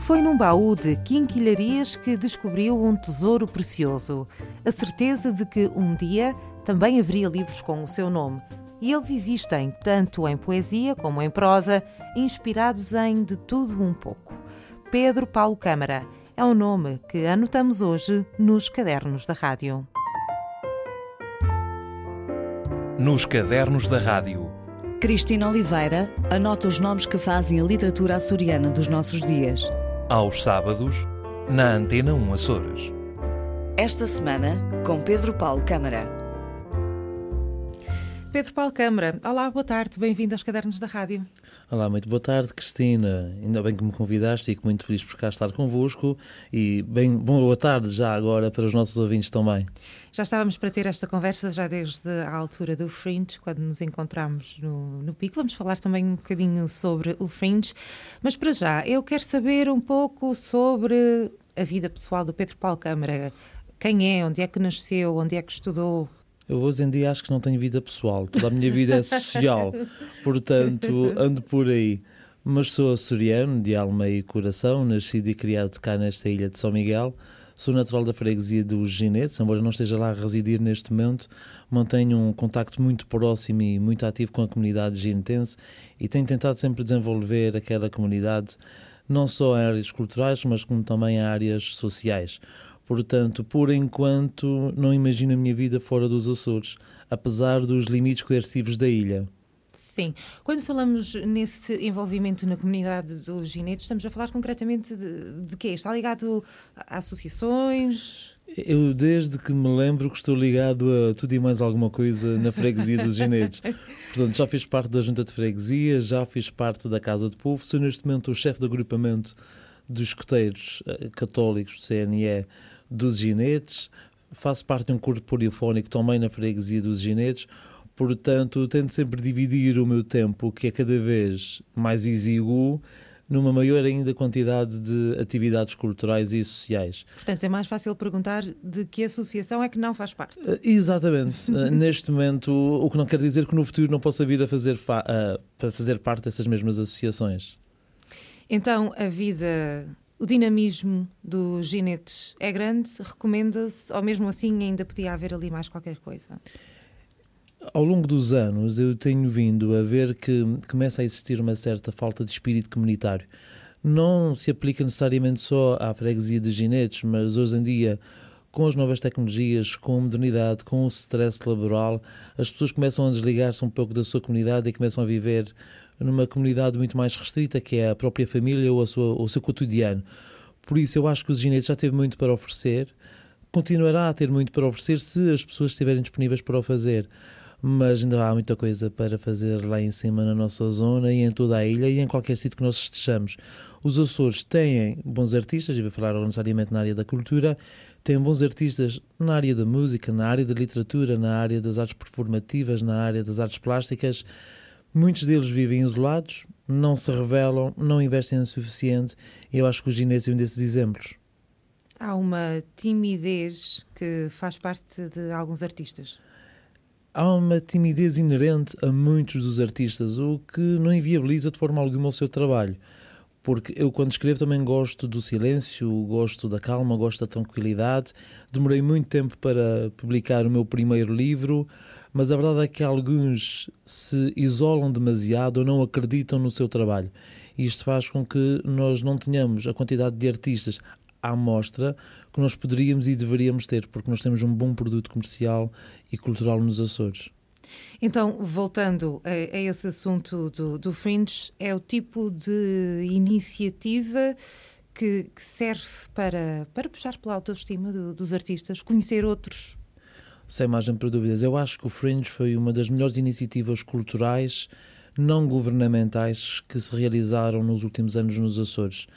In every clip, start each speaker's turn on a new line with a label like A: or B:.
A: Foi num baú de quinquilharias que descobriu um tesouro precioso. A certeza de que um dia também haveria livros com o seu nome. E eles existem, tanto em poesia como em prosa, inspirados em de tudo um pouco. Pedro Paulo Câmara é o nome que anotamos hoje nos Cadernos da Rádio.
B: Nos Cadernos da Rádio.
C: Cristina Oliveira anota os nomes que fazem a literatura açoriana dos nossos dias.
B: Aos sábados, na Antena 1 Açores.
C: Esta semana, com Pedro Paulo Câmara.
A: Pedro Paulo Câmara, olá, boa tarde, bem-vindo aos Cadernos da Rádio.
D: Olá, muito boa tarde, Cristina. Ainda bem que me convidaste, fico muito feliz por cá estar convosco e boa tarde já agora para os nossos ouvintes também.
A: Já estávamos para ter esta conversa já desde a altura do Fringe, quando nos encontramos no Pico. Vamos falar também um bocadinho sobre o Fringe, mas para já eu quero saber um pouco sobre a vida pessoal do Pedro Paulo Câmara. Quem é, onde é que nasceu, onde é que estudou?
D: Eu hoje em dia acho que não tenho vida pessoal, toda a minha vida é social, portanto ando por aí. Mas sou açoriano, de alma e coração, nascido e criado cá nesta ilha de São Miguel. Sou natural da freguesia dos Ginetes, embora não esteja lá a residir neste momento, mantenho um contacto muito próximo e muito ativo com a comunidade ginetense e tenho tentado sempre desenvolver aquela comunidade, não só em áreas culturais, mas como também em áreas sociais. Portanto, por enquanto, não imagino a minha vida fora dos Açores, apesar dos limites coercivos da ilha.
A: Sim. Quando falamos nesse envolvimento na comunidade dos ginetes, estamos a falar concretamente de quê? Está ligado a associações?
D: Eu, desde que me lembro, que estou ligado a tudo e mais alguma coisa na freguesia dos ginetes. Portanto, já fiz parte da junta de freguesia, já fiz parte da Casa de Povo, sou neste momento o chefe de agrupamento dos escoteiros católicos do CNE dos ginetes, faço parte de um corpo poliofónico também na freguesia dos ginetes, portanto tento sempre dividir o meu tempo, que é cada vez mais exíguo, numa maior ainda quantidade de atividades culturais e sociais.
A: Portanto, é mais fácil perguntar de que associação é que não faz parte.
D: Exatamente. Neste momento, o que não quer dizer que no futuro não possa vir a fazer parte dessas mesmas associações.
A: Então, a vida, o dinamismo dos ginetes é grande, recomenda-se, ou mesmo assim ainda podia haver ali mais qualquer coisa?
D: Ao longo dos anos eu tenho vindo a ver que começa a existir uma certa falta de espírito comunitário. Não se aplica necessariamente só à freguesia de ginetes, mas hoje em dia, com as novas tecnologias, com a modernidade, com o stress laboral, as pessoas começam a desligar-se um pouco da sua comunidade e começam a viver numa comunidade muito mais restrita, que é a própria família ou o seu cotidiano. Por isso eu acho que os ginetes já teve muito para oferecer, continuará a ter muito para oferecer se as pessoas estiverem disponíveis para o fazer. Mas ainda há muita coisa para fazer lá em cima na nossa zona e em toda a ilha e em qualquer sítio que nós estejamos. Os Açores têm bons artistas, e vou falar necessariamente na área da cultura, têm bons artistas na área da música, na área da literatura, na área das artes performativas, na área das artes plásticas. Muitos deles vivem isolados, não se revelam, não investem o suficiente e eu acho que o ginásio é um desses exemplos.
A: Há uma timidez que faz parte de alguns artistas.
D: Há uma timidez inerente a muitos dos artistas, o que não inviabiliza de forma alguma o seu trabalho. Porque eu, quando escrevo, também gosto do silêncio, gosto da calma, gosto da tranquilidade. Demorei muito tempo para publicar o meu primeiro livro, mas a verdade é que alguns se isolam demasiado ou não acreditam no seu trabalho. E isto faz com que nós não tenhamos a quantidade de artistas à mostra que nós poderíamos e deveríamos ter, porque nós temos um bom produto comercial e cultural nos Açores.
A: Então, voltando a esse assunto do Fringe, é o tipo de iniciativa que serve para puxar pela autoestima dos artistas, conhecer outros?
D: Sem margem para dúvidas. Eu acho que o Fringe foi uma das melhores iniciativas culturais não governamentais que se realizaram nos últimos anos nos Açores.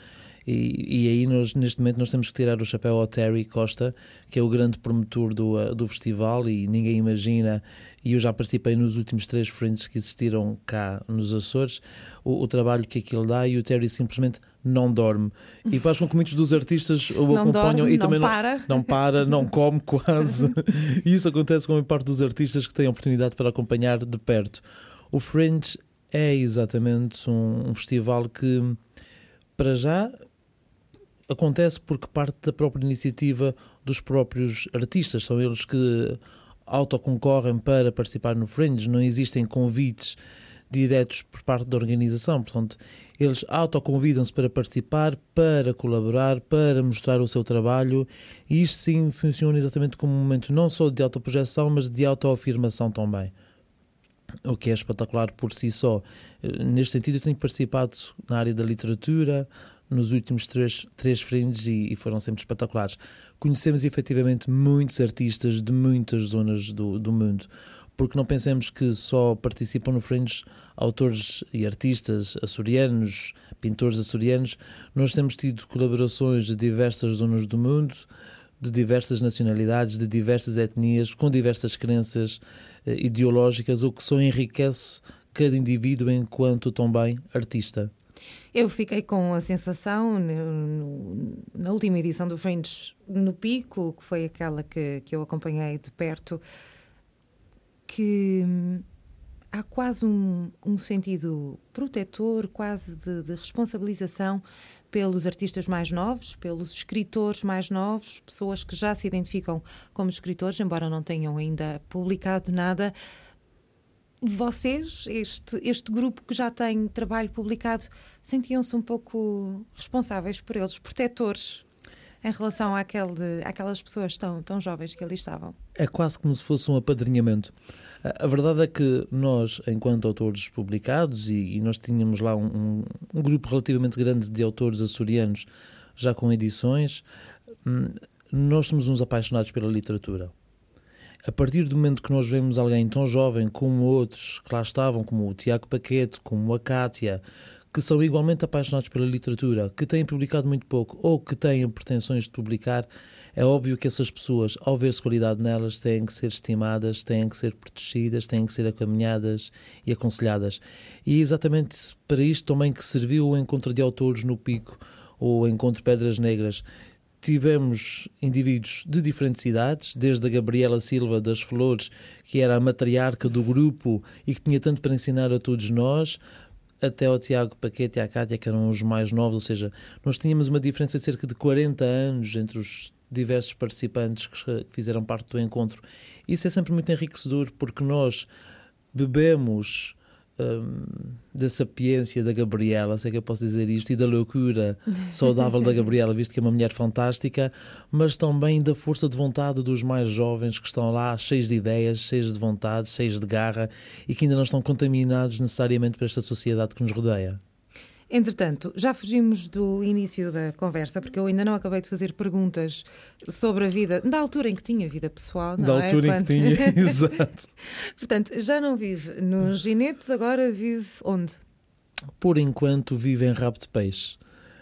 D: E aí, neste momento, nós temos que tirar o chapéu ao Terry Costa, que é o grande promotor do festival e ninguém imagina, e eu já participei nos últimos 3 Fringes que existiram cá nos Açores, o trabalho que aquilo dá, e o Terry simplesmente não dorme. E faz com que muitos dos artistas o
A: não
D: acompanham
A: dorme,
D: e também
A: não para,
D: não come quase. E isso acontece com a parte dos artistas que têm a oportunidade para acompanhar de perto. O Fringe é exatamente um festival que, para já, acontece porque parte da própria iniciativa dos próprios artistas. São eles que autoconcorrem para participar no Fringe. Não existem convites diretos por parte da organização. Portanto, eles autoconvidam-se para participar, para colaborar, para mostrar o seu trabalho, e isto sim funciona exatamente como um momento não só de autoprojeção, mas de autoafirmação também. O que é espetacular por si só. Neste sentido, eu tenho participado na área da literatura nos últimos três Fringes e foram sempre espetaculares. Conhecemos efetivamente muitos artistas de muitas zonas do mundo, porque não pensemos que só participam no Fringe autores e artistas açorianos, pintores açorianos. Nós temos tido colaborações de diversas zonas do mundo, de diversas nacionalidades, de diversas etnias, com diversas crenças ideológicas, o que só enriquece cada indivíduo enquanto também artista.
A: Eu fiquei com a sensação, na última edição do Fringe no Pico, que foi aquela que eu acompanhei de perto, que há quase um sentido protetor, quase de responsabilização pelos artistas mais novos, pelos escritores mais novos, pessoas que já se identificam como escritores, embora não tenham ainda publicado nada. Vocês, este grupo que já tem trabalho publicado, sentiam-se um pouco responsáveis por eles, protetores, em relação àquelas pessoas tão jovens que ali estavam?
D: É quase como se fosse um apadrinhamento. A verdade é que nós, enquanto autores publicados, e nós tínhamos lá um grupo relativamente grande de autores açorianos, já com edições, nós somos uns apaixonados pela literatura. A partir do momento que nós vemos alguém tão jovem como outros que lá estavam, como o Tiago Paquete, como a Cátia, que são igualmente apaixonados pela literatura, que têm publicado muito pouco ou que têm pretensões de publicar, é óbvio que essas pessoas, ao ver-se qualidade nelas, têm que ser estimadas, têm que ser protegidas, têm que ser acaminhadas e aconselhadas. E é exatamente para isto também que serviu o Encontro de Autores no Pico, ou o Encontro Pedras Negras. Tivemos indivíduos de diferentes idades, desde a Gabriela Silva das Flores, que era a matriarca do grupo e que tinha tanto para ensinar a todos nós, até ao Tiago Paquete e à Cátia, que eram os mais novos. Ou seja, nós tínhamos uma diferença de cerca de 40 anos entre os diversos participantes que fizeram parte do encontro. Isso é sempre muito enriquecedor, porque nós bebemos da sapiência da Gabriela, sei que eu posso dizer isto, e da loucura saudável da Gabriela, visto que é uma mulher fantástica, mas também da força de vontade dos mais jovens que estão lá cheios de ideias, cheios de vontade, cheios de garra e que ainda não estão contaminados necessariamente por esta sociedade que nos rodeia.
A: Entretanto, já fugimos do início da conversa, porque eu ainda não acabei de fazer perguntas sobre a vida, da altura em que tinha vida pessoal, não é?
D: Da altura em que tinha, exato.
A: Portanto, já não vive nos Ginetes, agora vive onde?
D: Por enquanto vive em Rabo de Peixe.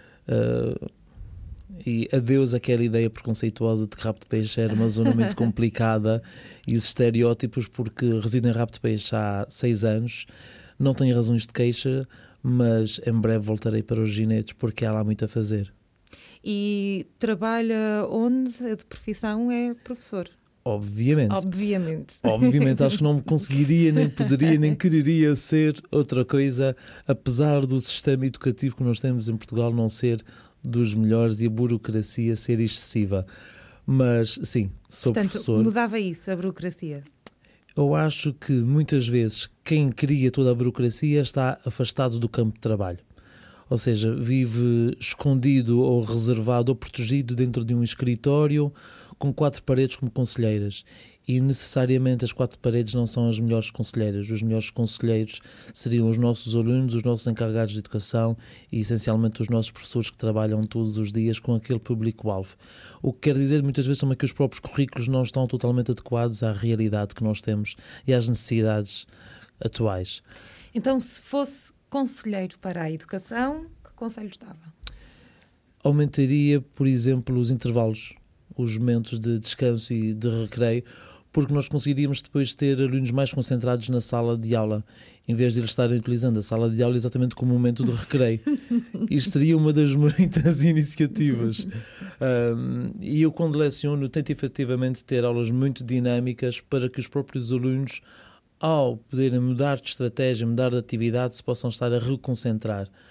D: E adeus àquela ideia preconceituosa de que Rabo de Peixe era uma zona muito complicada e os estereótipos, porque resido em Rabo de Peixe há 6 anos, não tenho razões de queixa, mas em breve voltarei para os Ginetes porque há lá muito a fazer.
A: E trabalha onde? De profissão é professor?
D: Obviamente.
A: Obviamente,
D: acho que não conseguiria, nem poderia, nem quereria ser outra coisa, apesar do sistema educativo que nós temos em Portugal não ser dos melhores e a burocracia ser excessiva. Mas sim, sou professor.
A: Portanto, mudava isso, a burocracia?
D: Eu acho que muitas vezes quem cria toda a burocracia está afastado do campo de trabalho. Ou seja, vive escondido ou reservado ou protegido dentro de um escritório com 4 paredes como conselheiras. E necessariamente as 4 paredes não são as melhores conselheiras. Os melhores conselheiros seriam os nossos alunos, os nossos encarregados de educação e essencialmente os nossos professores que trabalham todos os dias com aquele público-alvo. O que quer dizer muitas vezes também que os próprios currículos não estão totalmente adequados à realidade que nós temos e às necessidades atuais.
A: Então, se fosse conselheiro para a educação, que conselho dava?
D: Aumentaria, por exemplo, os intervalos, os momentos de descanso e de recreio, porque nós conseguiríamos depois ter alunos mais concentrados na sala de aula, em vez de eles estarem utilizando a sala de aula exatamente como um momento de recreio. Isto seria uma das muitas iniciativas. E eu, quando leciono, tento efetivamente ter aulas muito dinâmicas para que os próprios alunos, ao poderem mudar de estratégia, mudar de atividade, se possam estar a reconcentrar.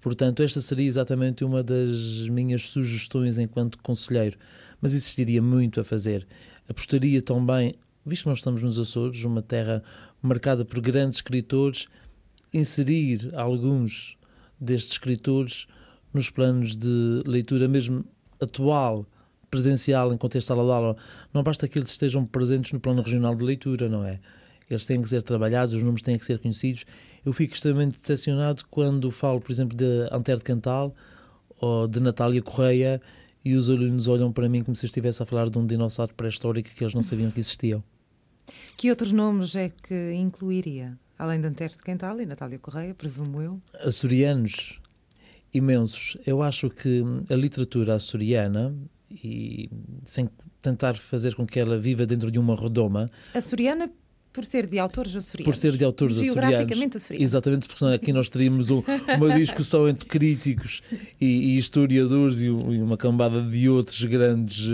D: Portanto, esta seria exatamente uma das minhas sugestões enquanto conselheiro. Mas existiria muito a fazer. Apostaria também, visto que nós estamos nos Açores, uma terra marcada por grandes escritores, inserir alguns destes escritores nos planos de leitura mesmo atual, presencial, em contexto de sala de aula. Não basta que eles estejam presentes no plano regional de leitura, não é? Eles têm que ser trabalhados, os números têm que ser conhecidos. Eu fico extremamente decepcionado quando falo, por exemplo, de Antero de Cantal ou de Natália Correia e os alunos olham para mim como se eu estivesse a falar de um dinossauro pré-histórico que eles não sabiam que existiam.
A: Que outros nomes é que incluiria? Além de Antero de Cantal e Natália Correia, presumo eu.
D: Açorianos imensos. Eu acho que a literatura açoriana, e sem tentar fazer com que ela viva dentro de uma redoma...
A: Açoriana por ser de autores açorianos.
D: Por ser de autores
A: geograficamente açorianos.
D: Exatamente, porque senão aqui nós teríamos uma discussão entre críticos e historiadores e uma cambada de outros grandes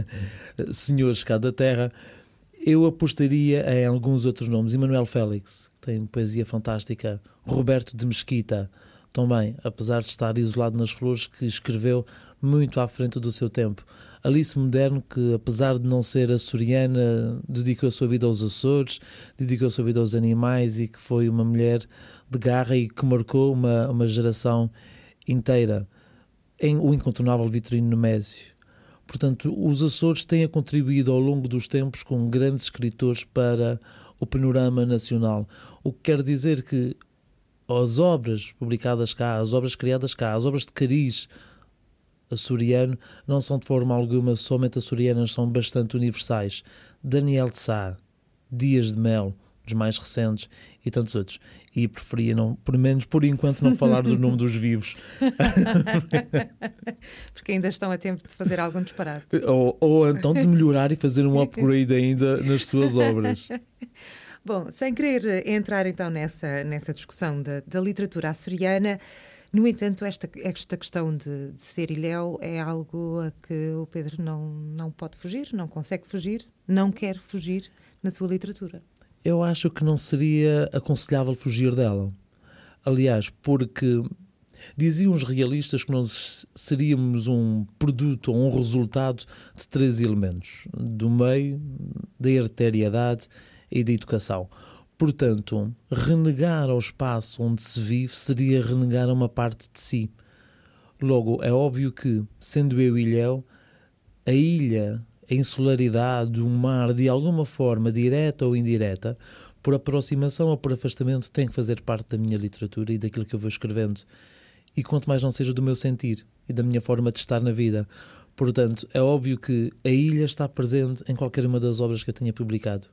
D: senhores cá da terra. Eu apostaria em alguns outros nomes. Emanuel Félix, que tem poesia fantástica. Roberto de Mesquita, também, apesar de estar isolado nas flores, que escreveu muito à frente do seu tempo. Alice Moderno, que apesar de não ser açoriana, dedicou a sua vida aos Açores, dedicou a sua vida aos animais e que foi uma mulher de garra e que marcou uma geração inteira. O incontornável Vitorino Nemésio. Portanto, os Açores têm contribuído ao longo dos tempos com grandes escritores para o panorama nacional. O que quer dizer que as obras publicadas cá, as obras criadas cá, as obras de cariz açoriano não são de forma alguma somente açorianas, são bastante universais. Daniel de Sá, Dias de Mel, dos mais recentes, e tantos outros. E preferia, não, por menos por enquanto, não falar do nome dos vivos.
A: Porque ainda estão a tempo de fazer algum disparate.
D: Ou então de melhorar e fazer um upgrade ainda nas suas obras.
A: Bom, sem querer entrar então nessa discussão da literatura açoriana, no entanto, esta questão de ser ilhéu é algo a que o Pedro não pode fugir, não consegue fugir, não quer fugir na sua literatura.
D: Eu acho que não seria aconselhável fugir dela. Aliás, porque diziam os realistas que nós seríamos um produto ou um resultado de 3 elementos: do meio, da hereditariedade e da educação. Portanto, renegar ao espaço onde se vive seria renegar a uma parte de si. Logo, é óbvio que, sendo eu ilhéu, a ilha, a insularidade, o mar, de alguma forma, direta ou indireta, por aproximação ou por afastamento, tem que fazer parte da minha literatura e daquilo que eu vou escrevendo. E quanto mais não seja do meu sentir e da minha forma de estar na vida. Portanto, é óbvio que a ilha está presente em qualquer uma das obras que eu tenha publicado.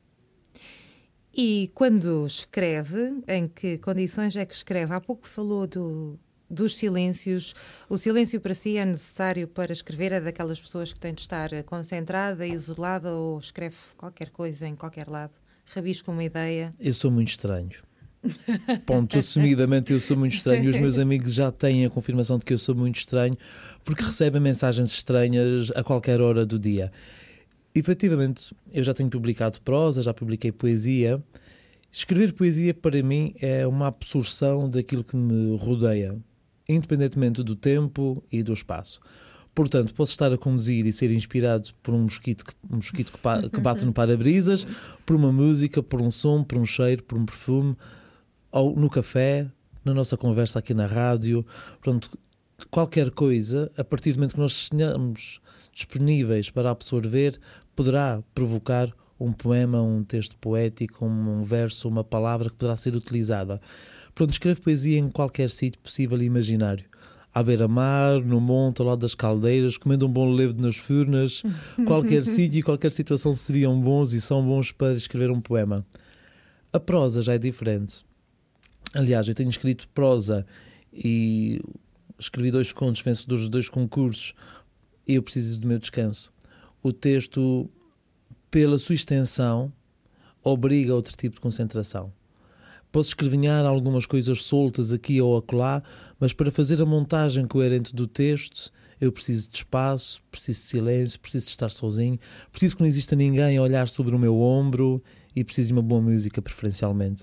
A: E quando escreve, em que condições é que escreve? Há pouco falou dos silêncios. O silêncio para si é necessário para escrever? É daquelas pessoas que têm de estar concentrada, isolada, ou escreve qualquer coisa em qualquer lado? Rabisca uma ideia?
D: Eu sou muito estranho. Ponto, assumidamente eu sou muito estranho. Os meus amigos já têm a confirmação de que eu sou muito estranho, porque recebem mensagens estranhas a qualquer hora do dia. Efetivamente, eu já tenho publicado prosa, já publiquei poesia. Escrever poesia, para mim, é uma absorção daquilo que me rodeia, independentemente do tempo e do espaço. Portanto, posso estar a conduzir e ser inspirado por um mosquito que bate no para-brisas, por uma música, por um som, por um cheiro, por um perfume, ou no café, na nossa conversa aqui na rádio. Portanto, qualquer coisa, a partir do momento que nós estejamos disponíveis para absorver, poderá provocar um poema, um texto poético, um verso, uma palavra que poderá ser utilizada. Portanto, escrevo poesia em qualquer sítio possível e imaginário. À beira-mar, no monte, ao lado das caldeiras, comendo um bom levedo nas furnas. Qualquer sítio e qualquer situação seriam bons e são bons para escrever um poema. A prosa já é diferente. Aliás, eu tenho escrito prosa e escrevi 2 contos vencedores de 2 concursos e eu preciso do meu descanso. O texto, pela sua extensão, obriga a outro tipo de concentração. Posso escrevinhar algumas coisas soltas aqui ou acolá, mas para fazer a montagem coerente do texto, eu preciso de espaço, preciso de silêncio, preciso de estar sozinho, preciso que não exista ninguém a olhar sobre o meu ombro e preciso de uma boa música, preferencialmente.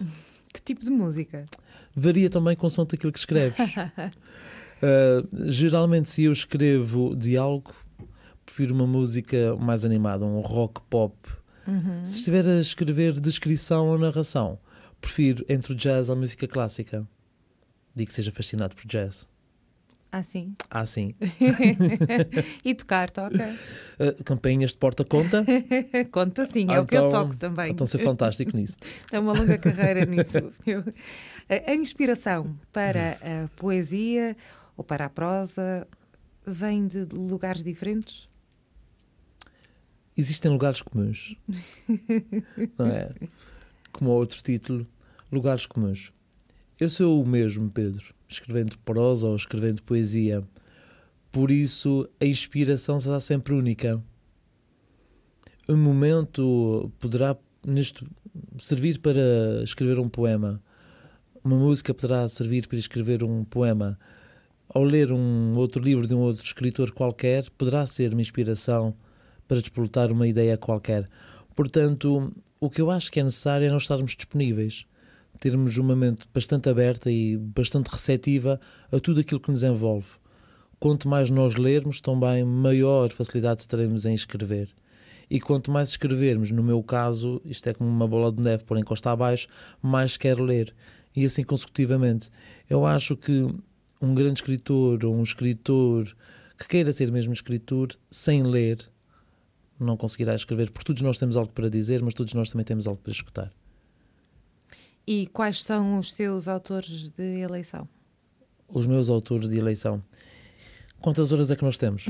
A: Que tipo de música?
D: Varia também consoante aquilo que escreves. Geralmente, se eu escrevo diálogo, prefiro uma música mais animada, um rock pop. Se estiver a escrever descrição ou narração, prefiro entre o jazz e a música clássica. Digo que seja fascinado por jazz.
A: Sim.
D: Sim.
A: E toca?
D: Campainhas de porta conta?
A: Conta sim, é o que eu toco também.
D: Então sou fantástico nisso.
A: Tem uma longa carreira nisso. A inspiração para a poesia ou para a prosa vem de lugares diferentes?
D: Existem lugares comuns. Não é? Como outro título, lugares comuns. Eu sou o mesmo, Pedro, escrevendo prosa ou escrevendo poesia. Por isso, a inspiração será sempre única. Um momento poderá servir para escrever um poema. Uma música poderá servir para escrever um poema. Ao ler um outro livro de um outro escritor qualquer, poderá ser uma inspiração para despoltar uma ideia qualquer. Portanto, o que eu acho que é necessário é nós estarmos disponíveis. Termos uma mente bastante aberta e bastante receptiva a tudo aquilo que nos envolve. Quanto mais nós lermos, também maior facilidade teremos em escrever. E quanto mais escrevermos, no meu caso, isto é como uma bola de neve, porém encosta abaixo, mais quero ler. E assim consecutivamente. Eu acho que um grande escritor ou um escritor que queira ser mesmo escritor, sem ler, não conseguirá escrever, porque todos nós temos algo para dizer, mas todos nós também temos algo para escutar.
A: E quais são os seus autores de eleição?
D: Os meus autores de eleição. Quantas horas é que nós temos?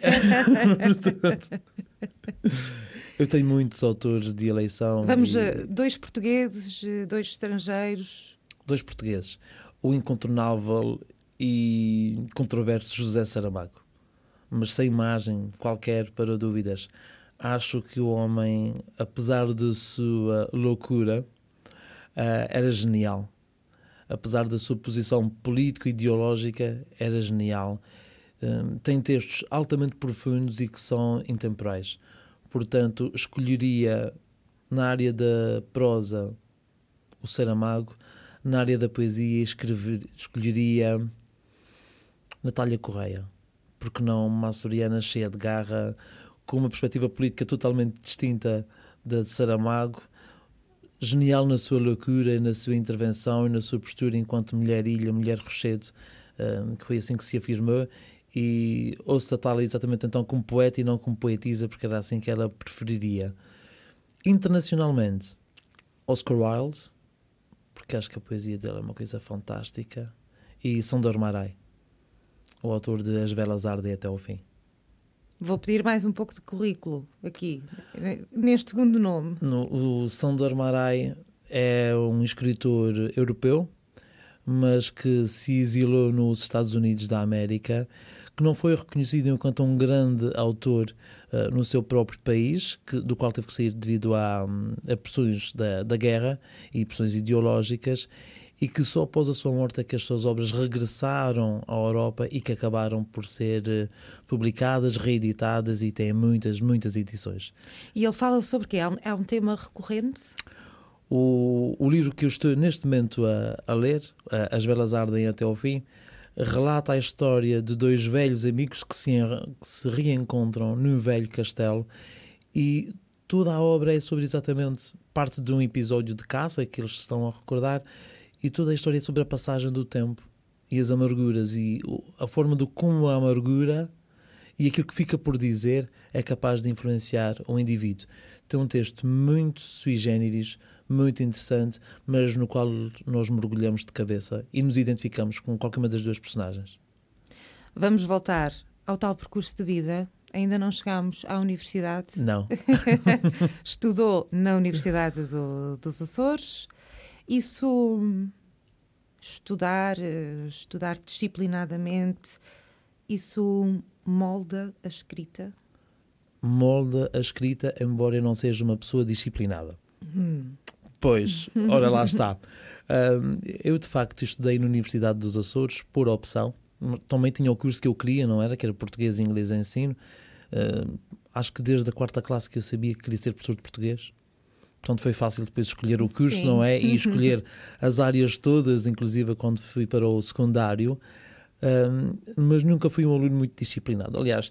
D: Eu tenho muitos autores de eleição.
A: Vamos a 2 portugueses, 2 estrangeiros.
D: 2 portugueses. O incontornável e controverso José Saramago. Mas sem margem qualquer para dúvidas. Acho que o homem, apesar de sua loucura, era genial. Apesar da sua posição político-ideológica, era genial. Tem textos altamente profundos e que são intemporais. Portanto, escolheria na área da prosa o Saramago, na área da poesia escolheria Natália Correia. Porque não uma açoriana cheia de garra, com uma perspectiva política totalmente distinta da de Saramago, genial na sua loucura, na sua intervenção e na sua postura enquanto mulher ilha, mulher rochedo, que foi assim que se afirmou, e ouço Natália exatamente então como poeta e não como poetisa, porque era assim que ela preferiria. Internacionalmente, Oscar Wilde, porque acho que a poesia dele é uma coisa fantástica, e Sándor Márai, o autor de As Velas Ardem até ao fim.
A: Vou pedir mais um pouco de currículo aqui, neste segundo nome.
D: O Sándor Márai é um escritor europeu, mas que se exilou nos Estados Unidos da América, que não foi reconhecido enquanto um grande autor no seu próprio país, do qual teve que sair devido a pressões da guerra e pressões ideológicas, e que só após a sua morte é que as suas obras regressaram à Europa e que acabaram por ser publicadas, reeditadas e têm muitas, muitas edições.
A: E ele fala sobre o quê? É um tema recorrente?
D: O livro que eu estou neste momento a ler, As Velas Ardem até ao fim, relata a história de 2 velhos amigos que se reencontram num velho castelo, e toda a obra é sobre exatamente parte de um episódio de caça que eles estão a recordar, e toda a história é sobre a passagem do tempo e as amarguras e a forma de como a amargura e aquilo que fica por dizer é capaz de influenciar um indivíduo. Tem um texto muito sui generis, muito interessante, mas no qual nós mergulhamos de cabeça e nos identificamos com qualquer uma das 2 personagens.
A: Vamos voltar ao tal percurso de vida. Ainda não chegámos à universidade.
D: Não.
A: Estudou na Universidade dos Açores. Isso, estudar disciplinadamente, isso molda a escrita?
D: Molda a escrita, embora eu não seja uma pessoa disciplinada. Pois, ora lá está. Eu, de facto, estudei na Universidade dos Açores por opção. Também tinha o curso que eu queria, não era? Que era português e inglês em ensino. Acho que desde a 4ª classe que eu sabia que queria ser professor de português. Portanto, foi fácil depois escolher o curso,
A: Sim.
D: não é? E escolher as áreas todas, inclusive quando fui para o secundário. Mas nunca fui um aluno muito disciplinado. Aliás,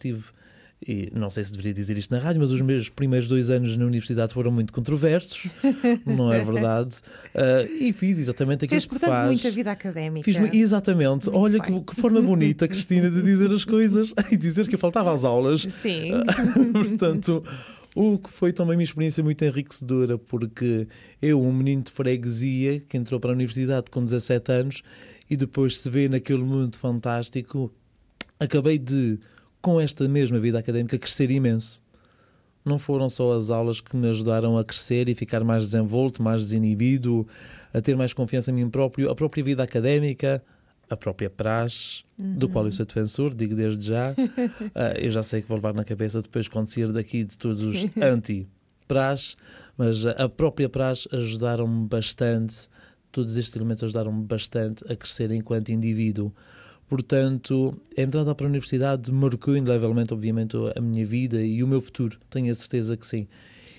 D: e não sei se deveria dizer isto na rádio, mas os meus primeiros 2 anos na universidade foram muito controversos, não é verdade? E fiz exatamente aquilo que
A: portanto,
D: faz.
A: muita vida académica.
D: Exatamente.
A: Muito
D: Olha
A: bem.
D: que forma bonita, Cristina, de dizer as coisas e dizer que eu faltava às aulas.
A: Sim.
D: Portanto, o que foi também uma experiência muito enriquecedora, porque eu, um menino de freguesia, que entrou para a universidade com 17 anos e depois se vê naquele mundo fantástico, acabei de, com esta mesma vida académica, crescer imenso. Não foram só as aulas que me ajudaram a crescer e ficar mais desenvolto, mais desinibido, a ter mais confiança em mim próprio, a própria vida académica, a própria praxe, do qual eu sou defensor, digo desde já. Eu já sei que vou levar na cabeça depois quando sair daqui de todos os anti-praxe, mas a própria praxe ajudaram-me bastante, todos estes elementos ajudaram-me bastante a crescer enquanto indivíduo. Portanto, a entrada para a universidade marcou indelevelmente, obviamente, a minha vida e o meu futuro, tenho a certeza que sim.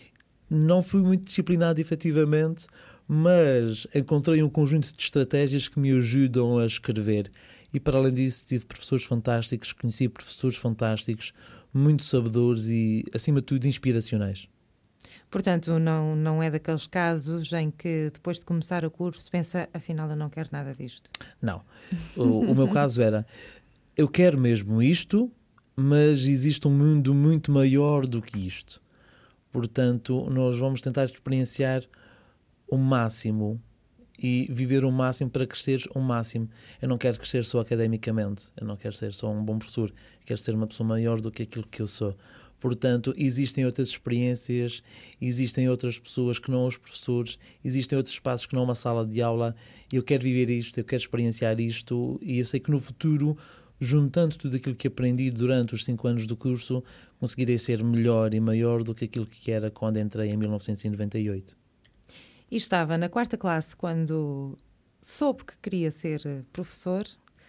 D: Não fui muito disciplinado, efetivamente, mas encontrei um conjunto de estratégias que me ajudam a escrever. E, para além disso, tive professores fantásticos, conheci professores fantásticos, muito sabedores e, acima de tudo, inspiracionais.
A: Portanto, não é daqueles casos em que depois de começar o curso pensa, afinal eu não quero nada disto.
D: Não. O meu caso era, eu quero mesmo isto, mas existe um mundo muito maior do que isto. Portanto, nós vamos tentar experienciar o máximo e viver o máximo para cresceres o máximo. Eu não quero crescer só academicamente, eu não quero ser só um bom professor, eu quero ser uma pessoa maior do que aquilo que eu sou. Portanto, existem outras experiências, existem outras pessoas que não os professores, existem outros espaços que não uma sala de aula. Eu quero viver isto, eu quero experienciar isto e eu sei que no futuro, juntando tudo aquilo que aprendi durante os 5 anos do curso, conseguirei ser melhor e maior do que aquilo que era quando entrei em 1998.
A: E estava na 4ª classe quando soube que queria ser professor.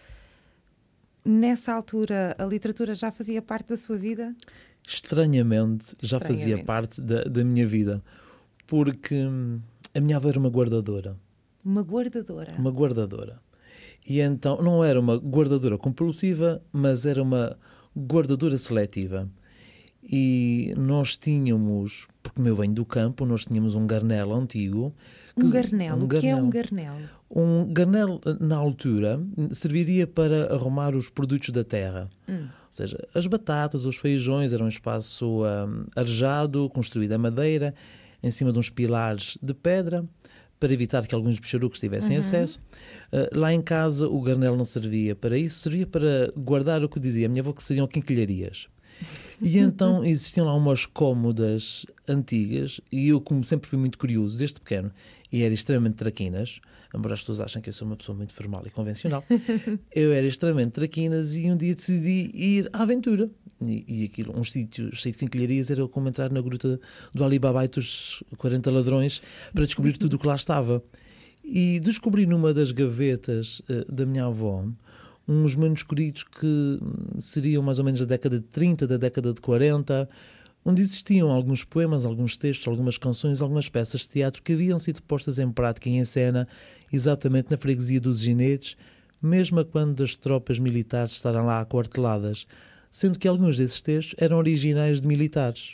A: Nessa altura, a literatura já fazia parte da sua vida?
D: Estranhamente, já fazia parte da minha vida, porque a minha avó era uma guardadora.
A: Uma guardadora?
D: Uma guardadora. E então, não era uma guardadora compulsiva, mas era uma guardadora seletiva. E nós tínhamos, porque eu venho do campo, nós tínhamos um garnel antigo.
A: Um garnel? O que é um garnel?
D: Um garnel, na altura, serviria para arrumar os produtos da terra. Ou seja, as batatas, os feijões, era um espaço arejado, construído a madeira, em cima de uns pilares de pedra, para evitar que alguns bicharucos tivessem acesso. Lá em casa, o garnel não servia para isso, servia para guardar o que dizia a minha avó, que seriam quinquilharias. E então existiam lá umas cômodas antigas e eu, como sempre fui muito curioso desde pequeno e era extremamente traquinas, embora as pessoas achem que eu sou uma pessoa muito formal e convencional, eu era extremamente traquinas e um dia decidi ir à aventura. E aquilo, um sítio cheio de quinquilharias, era como entrar na gruta do Alibaba e dos 40 ladrões para descobrir tudo o que lá estava. E descobri numa das gavetas da minha avó uns manuscritos que seriam mais ou menos da década de 30, da década de 40, onde existiam alguns poemas, alguns textos, algumas canções, algumas peças de teatro que haviam sido postas em prática e em cena exatamente na freguesia dos Ginetes, mesmo quando as tropas militares estavam lá aquarteladas, sendo que alguns desses textos eram originais de militares.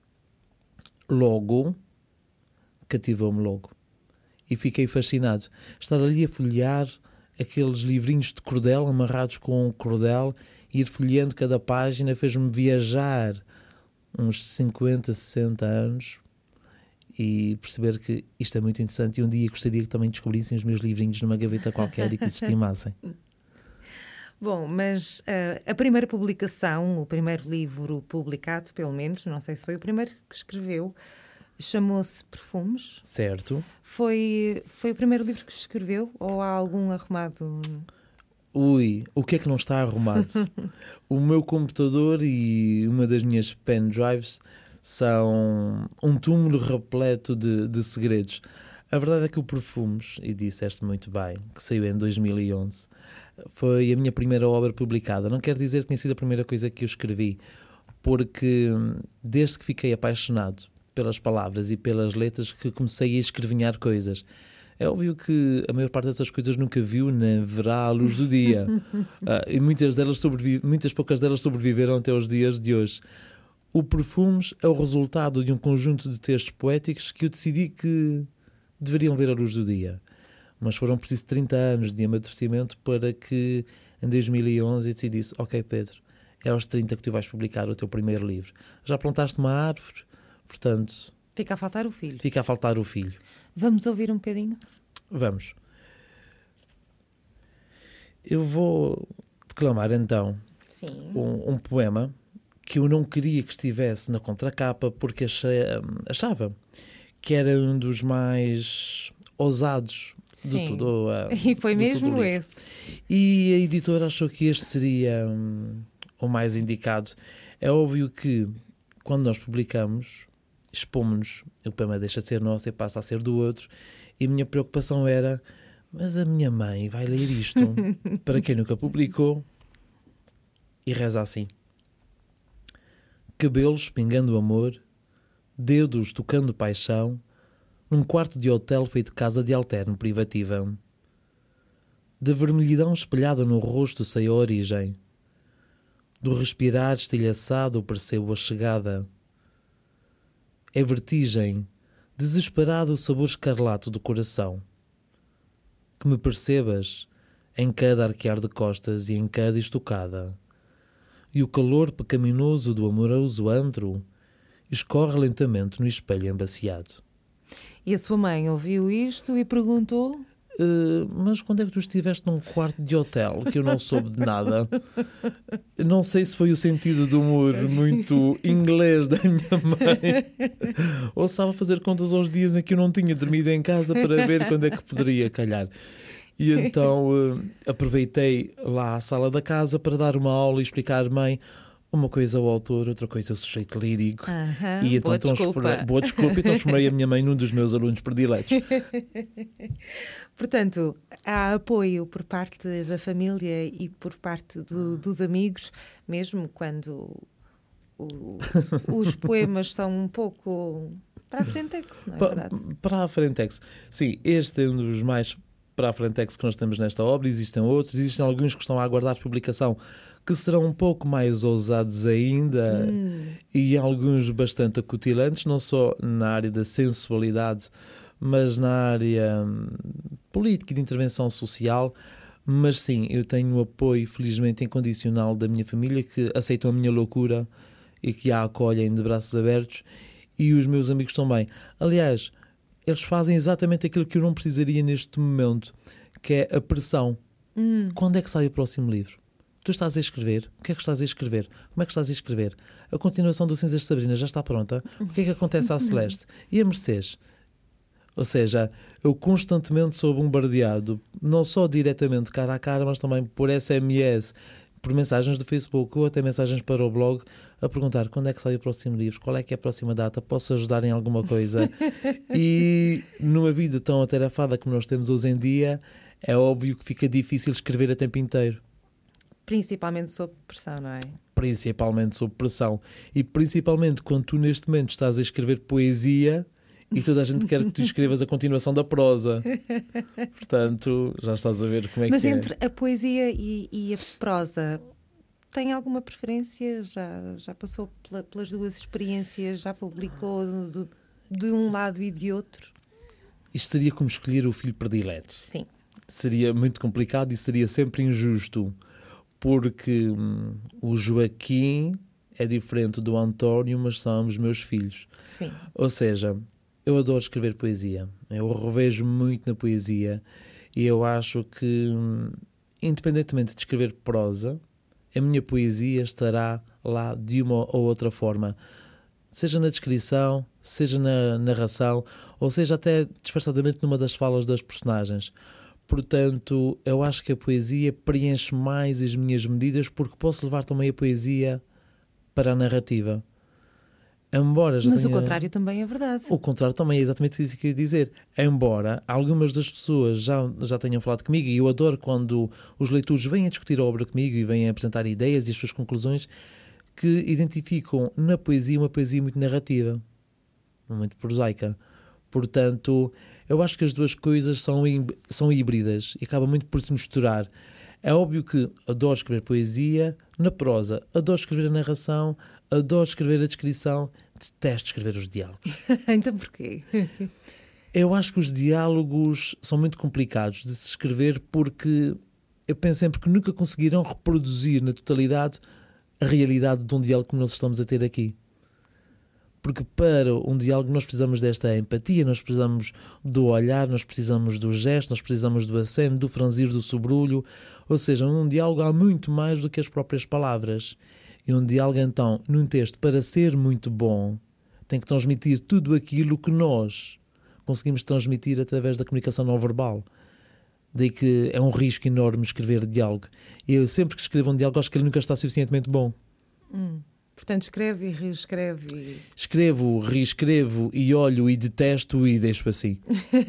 D: Logo, cativou-me logo. E fiquei fascinado. Estar ali a folhear aqueles livrinhos de cordel, amarrados com um cordel, ir folheando cada página, fez-me viajar uns 50, 60 anos e perceber que isto é muito interessante e um dia gostaria que também descobrissem os meus livrinhos numa gaveta qualquer e que se estimassem.
A: Bom, mas a primeira publicação, o primeiro livro publicado, pelo menos, não sei se foi o primeiro que escreveu, chamou-se Perfumes.
D: Certo.
A: Foi o primeiro livro que escreveu ou há algum arrumado?
D: Ui, o que é que não está arrumado? O meu computador e uma das minhas pen drives são um túmulo repleto de segredos. A verdade é que o Perfumes, e disseste muito bem, que saiu em 2011, foi a minha primeira obra publicada. Não quer dizer que tenha sido a primeira coisa que eu escrevi, porque desde que fiquei apaixonado pelas palavras e pelas letras que comecei a escrevinhar coisas. É óbvio que a maior parte dessas coisas nunca viu nem verá a luz do dia. E muitas poucas delas sobreviveram até os dias de hoje. O Perfumes é o resultado de um conjunto de textos poéticos que eu decidi que deveriam ver a luz do dia. Mas foram precisos 30 anos de amadurecimento para que, em 2011, eu decidisse: ok, Pedro, é aos 30 que tu vais publicar o teu primeiro livro. Já plantaste uma árvore, portanto...
A: Fica a faltar o filho.
D: Fica a faltar o filho.
A: Vamos ouvir um bocadinho?
D: Vamos. Eu vou declamar, então, um poema que eu não queria que estivesse na contracapa porque achava que era um dos mais ousados de tudo.
A: E foi mesmo esse.
D: E a editora achou que este seria o mais indicado. É óbvio que, quando nós publicamos, expomos-nos, o poema deixa de ser nosso e passa a ser do outro, e a minha preocupação era: mas a minha mãe vai ler isto? Para quem nunca publicou, e reza assim: cabelos pingando amor, dedos tocando paixão, num quarto de hotel feito casa de alterno privativa. Da vermelhidão espelhada no rosto sei a origem, do respirar estilhaçado percebo a chegada. É vertigem, desesperado o sabor escarlate do coração. Que me percebas em cada arquear de costas e em cada estocada. E o calor pecaminoso do amoroso antro escorre lentamente no espelho embaciado.
A: E a sua mãe ouviu isto e perguntou:
D: mas quando é que tu estiveste num quarto de hotel que eu não soube de nada? Não sei se foi o sentido do humor muito inglês da minha mãe ou se estava a fazer contas aos dias em que eu não tinha dormido em casa para ver quando é que poderia calhar. E então aproveitei lá a sala da casa para dar uma aula e explicar: mãe, uma coisa ao autor, outra coisa ao sujeito lírico. E então boa desculpa, e transformei a minha mãe num dos meus alunos prediletos.
A: Portanto, há apoio por parte da família e por parte dos amigos, mesmo quando os poemas são um pouco para a frentex, não é verdade?
D: Para a frentex. Sim, este é um dos mais para a frentex que nós temos nesta obra. Existem outros, existem alguns que estão a aguardar publicação, que serão um pouco mais ousados ainda, e alguns bastante acutilantes, não só na área da sensualidade, mas na área política e de intervenção social. Mas sim, eu tenho o apoio, felizmente, incondicional da minha família, que aceitam a minha loucura e que a acolhem de braços abertos, e os meus amigos também. Aliás, eles fazem exatamente aquilo que eu não precisaria neste momento, que é a pressão. Quando é que sai o próximo livro? Tu estás a escrever? O que é que estás a escrever? Como é que estás a escrever? A continuação do Cinzas de Sabrina já está pronta? O que é que acontece à Celeste? E a Mercedes? Ou seja, eu constantemente sou bombardeado, não só diretamente cara a cara, mas também por SMS, por mensagens do Facebook ou até mensagens para o blog, a perguntar: quando é que sai o próximo livro? Qual é que é a próxima data? Posso ajudar em alguma coisa? E numa vida tão atarefada como nós temos hoje em dia, é óbvio que fica difícil escrever a tempo inteiro.
A: Principalmente sob pressão, não é?
D: Principalmente sob pressão. E principalmente quando tu neste momento estás a escrever poesia e toda a gente quer que tu escrevas a continuação da prosa. Portanto, já estás a ver como é
A: Mas
D: que é.
A: Mas entre a poesia e a prosa, tem alguma preferência? Já passou pelas duas experiências? Já publicou de um lado e de outro?
D: Isto seria como escolher o filho predileto.
A: Sim.
D: Seria muito complicado e seria sempre injusto, porque o Joaquim é diferente do António, mas são os meus filhos.
A: Sim.
D: Ou seja, eu adoro escrever poesia. Eu revejo muito na poesia e eu acho que, independentemente de escrever prosa, a minha poesia estará lá de uma ou outra forma. Seja na descrição, seja na narração, ou seja até disfarçadamente numa das falas das personagens. Portanto, eu acho que a poesia preenche mais as minhas medidas, porque posso levar também a poesia para a narrativa.
A: Mas o contrário também é verdade.
D: O contrário também é exatamente isso que eu ia dizer. Embora algumas das pessoas já tenham falado comigo, e eu adoro quando os leitores vêm a discutir a obra comigo e vêm a apresentar ideias e as suas conclusões, que identificam na poesia uma poesia muito narrativa. muito prosaica. Portanto, eu acho que as duas coisas são híbridas e acaba muito por se misturar. É óbvio que adoro escrever poesia na prosa, adoro escrever a narração, adoro escrever a descrição, detesto escrever os diálogos.
A: Então porquê?
D: Eu acho que os diálogos são muito complicados de se escrever porque eu penso sempre que nunca conseguirão reproduzir na totalidade a realidade de um diálogo que nós estamos a ter aqui. Porque para um diálogo nós precisamos desta empatia, nós precisamos do olhar, nós precisamos do gesto, nós precisamos do aceno, do franzir do sobrolho. Ou seja, num diálogo há muito mais do que as próprias palavras. E um diálogo, então, num texto, para ser muito bom, tem que transmitir tudo aquilo que nós conseguimos transmitir através da comunicação não verbal. Daí que é um risco enorme escrever diálogo. E eu sempre que escrevo um diálogo acho que ele nunca está suficientemente bom.
A: Portanto, escreve e reescreve.
D: Escrevo, reescrevo e olho e detesto e deixo assim.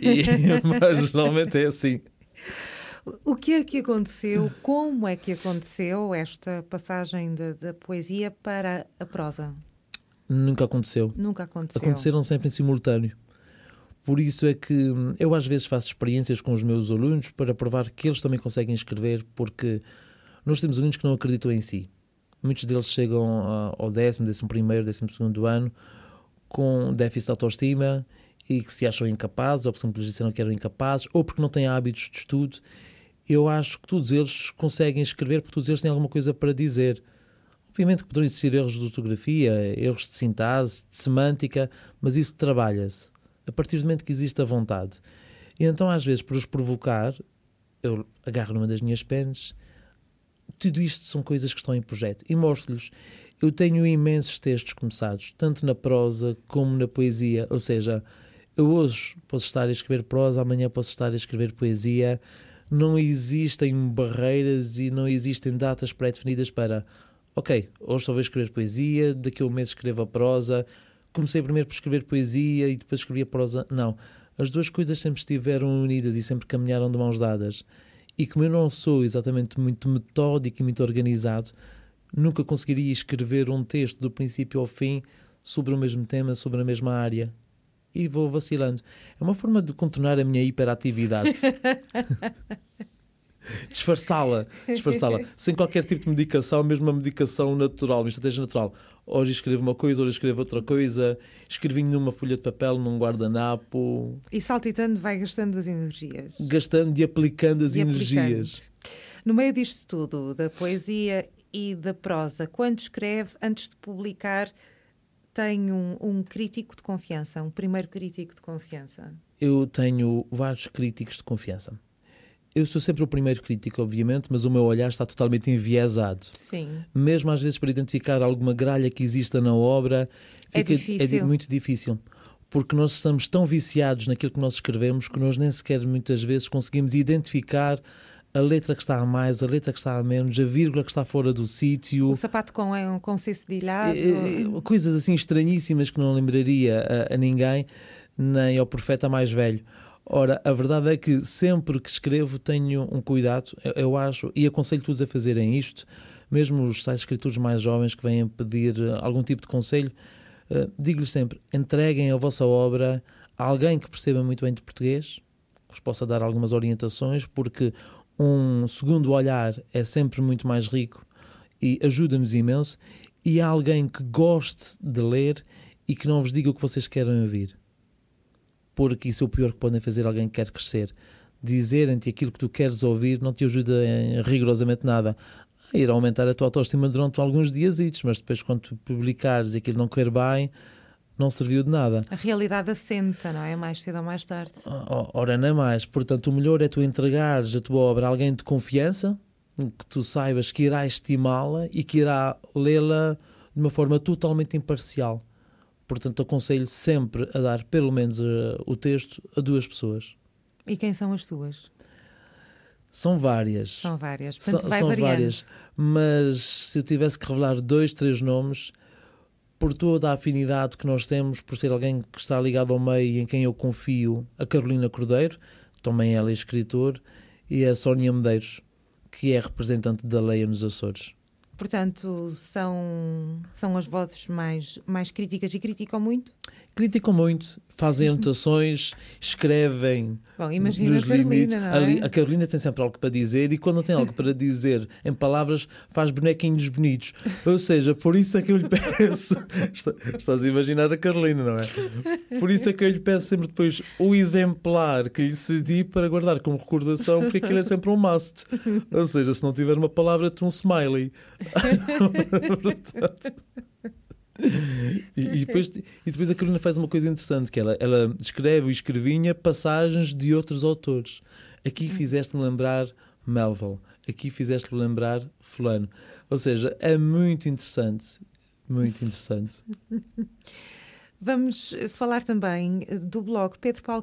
D: Mas normalmente é assim.
A: O que é que aconteceu? Como é que aconteceu esta passagem da poesia para a prosa?
D: Nunca aconteceu.
A: Nunca aconteceu.
D: Aconteceram sempre em simultâneo. Por isso é que eu às vezes faço experiências com os meus alunos para provar que eles também conseguem escrever, porque nós temos alunos que não acreditam em si. Muitos deles chegam ao 10º, 11º, 12º ano com déficit de autoestima e que se acham incapazes, ou porque sempre lhes disseram que eram incapazes, ou porque não têm hábitos de estudo. Eu acho que todos eles conseguem escrever porque todos eles têm alguma coisa para dizer. Obviamente que poderão existir erros de ortografia, erros de sintaxe, de semântica, mas isso trabalha-se a partir do momento que existe a vontade. E então, às vezes, para os provocar, eu agarro numa das minhas penas. Tudo isto são coisas que estão em projeto e mostro-lhes. Eu tenho imensos textos começados, tanto na prosa como na poesia. Ou seja, eu hoje posso estar a escrever prosa, amanhã posso estar a escrever poesia. Não existem barreiras e não existem datas pré-definidas para ok, hoje só vou escrever poesia, daqui a um mês escrevo a prosa. Comecei primeiro por escrever poesia e depois escrevi a prosa. Não, as duas coisas sempre estiveram unidas e sempre caminharam de mãos dadas. E como eu não sou exatamente muito metódico e muito organizado, nunca conseguiria escrever um texto do princípio ao fim sobre o mesmo tema, sobre a mesma área. E vou vacilando. É uma forma de contornar a minha hiperatividade. Disfarçá-la. Sem qualquer tipo de medicação, mesmo uma medicação natural, uma estratégia natural. Ora escrevo uma coisa, ora escrevo outra coisa. Escrevinho numa folha de papel, num guardanapo.
A: E saltitando vai gastando as energias.
D: Gastando e aplicando as energias.
A: No meio disto tudo, da poesia e da prosa, quando escreve, antes de publicar, tem um crítico de confiança, um primeiro crítico de confiança?
D: Eu tenho vários críticos de confiança. Eu sou sempre o primeiro crítico, obviamente, mas o meu olhar está totalmente enviesado.
A: Sim.
D: Mesmo às vezes para identificar alguma gralha que exista na obra,
A: é
D: muito difícil. Porque nós estamos tão viciados naquilo que nós escrevemos que nós nem sequer muitas vezes conseguimos identificar a letra que está a mais, a letra que está a menos, a vírgula que está fora do sítio.
A: O sapato com C cedilhado.
D: Coisas assim estranhíssimas que não lembraria a ninguém, nem ao profeta mais velho. Ora, a verdade é que sempre que escrevo tenho um cuidado, eu acho, e aconselho todos a fazerem isto, mesmo os tais escritores mais jovens que vêm pedir algum tipo de conselho, digo-lhes sempre, entreguem a vossa obra a alguém que perceba muito bem de português, que vos possa dar algumas orientações, porque um segundo olhar é sempre muito mais rico e ajuda-nos imenso, e há alguém que goste de ler e que não vos diga o que vocês querem ouvir. Porque isso é o pior que podem fazer alguém que quer crescer. Dizerem-te aquilo que tu queres ouvir não te ajuda em rigorosamente nada. Ir aumentar a tua autoestima durante alguns dias, mas depois quando tu publicares e aquilo não correr bem, não serviu de nada.
A: A realidade assenta, não é? Mais cedo ou mais tarde.
D: Ora, não é mais. Portanto, o melhor é tu entregares a tua obra a alguém de confiança, que tu saibas que irá estimá-la e que irá lê-la de uma forma totalmente imparcial. Portanto, aconselho sempre a dar pelo menos o texto a 2 pessoas.
A: E quem são as tuas?
D: São várias.
A: São várias. Portanto, vai
D: são
A: variando.
D: Várias. Mas se eu tivesse que revelar 2, 3 nomes, por toda a afinidade que nós temos, por ser alguém que está ligado ao meio e em quem eu confio, a Carolina Cordeiro, também ela é escritor, e a Sónia Medeiros, que é representante da Leia nos Açores.
A: Portanto, são as vozes mais críticas e criticam muito?
D: criticam muito, fazem anotações, escrevem.
A: Bom, imagina
D: nos
A: a Carolina,
D: limites.
A: não é?
D: A Carolina tem sempre algo para dizer e quando não tem algo para dizer em palavras, faz bonequinhos bonitos. Ou seja, por isso é que eu lhe peço. Estás a imaginar a Carolina, não é? Por isso é que eu lhe peço sempre depois o exemplar que lhe cedi para guardar como recordação, porque aquilo é sempre um must. Ou seja, se não tiver uma palavra, tem um smiley. Portanto, e depois a Carolina faz uma coisa interessante, que ela escreve e escrevinha passagens de outros autores. Aqui fizeste-me lembrar Melville, aqui fizeste-me lembrar fulano. Ou seja, é muito interessante, muito interessante.
A: Vamos falar também do blog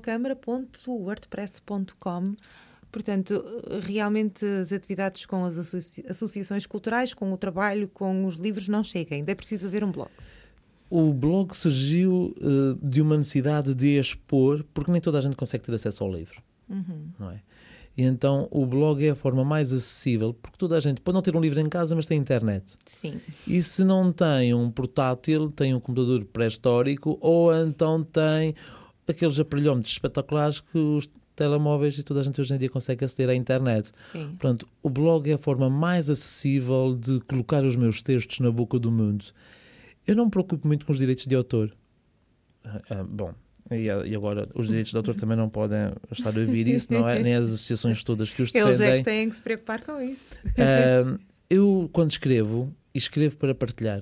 A: pedropalcamara.wordpress.com. Portanto, realmente as atividades com as associações culturais, com o trabalho, com os livros não chegam. Ainda é preciso haver um blog.
D: O blog surgiu de uma necessidade de expor, porque nem toda a gente consegue ter acesso ao livro. Não é? E então o blog é a forma mais acessível, porque toda a gente pode não ter um livro em casa, mas tem internet.
A: Sim.
D: E se não tem um portátil, tem um computador pré-histórico, ou então tem aqueles aparelhómetros espetaculares que os telemóveis e toda a gente hoje em dia consegue aceder à internet.
A: Sim.
D: Portanto, o blog é a forma mais acessível de colocar os meus textos na boca do mundo. Eu não me preocupo muito com os direitos de autor. Bom, e agora os direitos de autor também não podem estar a ouvir isso, não é? Nem as associações todas que os defendem.
A: Eles é que têm que se preocupar com isso.
D: Eu, quando escrevo para partilhar.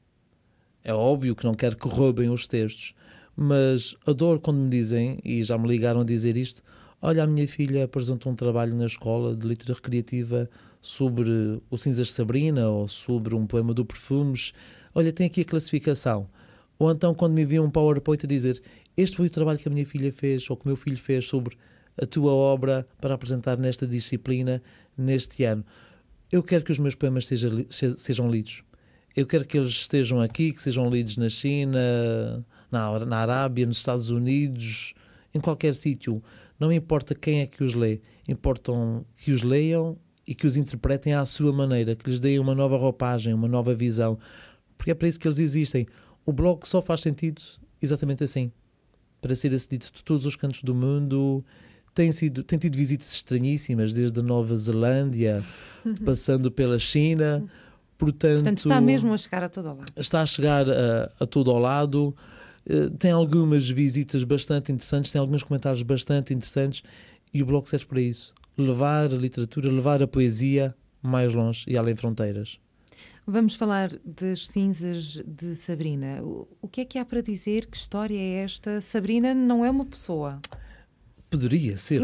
D: É óbvio que não quero que roubem os textos, mas adoro quando me dizem, e já me ligaram a dizer isto: olha, a minha filha apresentou um trabalho na escola de leitura recreativa sobre o Cinzas de Sabrina ou sobre um poema do Perfumes. Olha, tem aqui a classificação. Ou então quando me enviam um PowerPoint a dizer: este foi o trabalho que a minha filha fez ou que o meu filho fez sobre a tua obra para apresentar nesta disciplina neste ano. Eu quero que os meus poemas sejam lidos. Eu quero que eles estejam aqui, que sejam lidos na China, na Arábia, nos Estados Unidos, em qualquer sítio. Não me importa quem é que os lê. Importam que os leiam e que os interpretem à sua maneira, que lhes deem uma nova roupagem, uma nova visão. Porque é para isso que eles existem. O blog só faz sentido exatamente assim. Para ser acedido de todos os cantos do mundo. Tem tido visitas estranhíssimas, desde a Nova Zelândia, passando pela China. Portanto,
A: está mesmo a chegar a todo ao lado.
D: Está a chegar a todo ao lado. Tem algumas visitas bastante interessantes, tem alguns comentários bastante interessantes, e o blog serve para isso. Levar a literatura, levar a poesia mais longe e além fronteiras.
A: Vamos falar das Cinzas de Sabrina. O que é que há para dizer? Que história é esta? Sabrina não é uma pessoa.
D: Poderia ser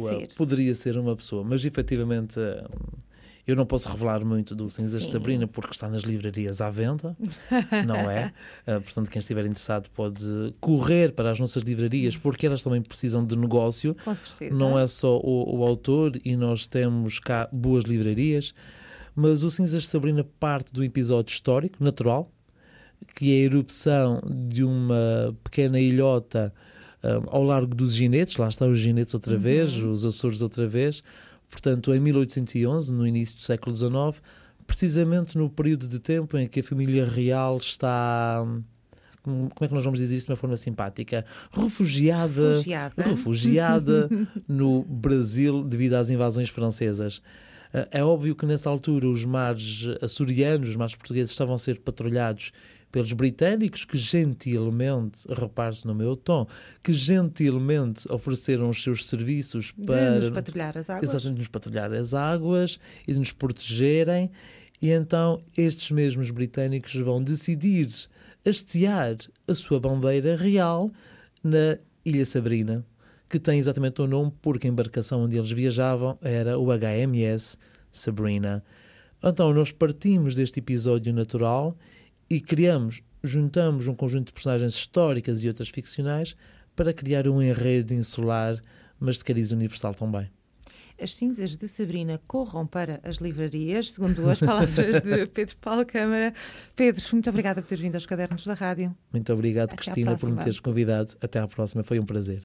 D: uma pessoa, mas efetivamente eu não posso revelar muito do Cinzas de Sabrina porque está nas livrarias à venda, não é? Portanto, quem estiver interessado pode correr para as nossas livrarias, porque elas também precisam de negócio.
A: Com certeza.
D: Não é só o autor, e nós temos cá boas livrarias, mas o Cinzas de Sabrina parte do episódio histórico, natural, que é a erupção de uma pequena ilhota ao largo dos Ginetes. Lá estão os Ginetes outra vez, os Açores outra vez. Portanto, em 1811, no início do século XIX, precisamente no período de tempo em que a família real está, como é que nós vamos dizer isso de uma forma simpática, refugiada no Brasil devido às invasões francesas. É óbvio que nessa altura os mares açorianos, os mares portugueses, estavam a ser patrulhados pelos britânicos, que gentilmente, repare-se no meu tom, que gentilmente ofereceram os seus serviços para
A: nos patrulhar as águas.
D: Exatamente, nos patrulhar as águas e de nos protegerem. E então estes mesmos britânicos vão decidir hastear a sua bandeira real na Ilha Sabrina, que tem exatamente o nome porque a embarcação onde eles viajavam era o HMS Sabrina. Então nós partimos deste episódio natural e juntamos um conjunto de personagens históricas e outras ficcionais para criar um enredo insular, mas de cariz universal também.
A: As Cinzas de Sabrina corram para as livrarias, segundo as palavras de Pedro Paulo Câmara. Pedro, muito obrigada por teres vindo aos Cadernos da Rádio.
D: Muito obrigado, Cristina, por me teres convidado. Até à próxima, foi um prazer.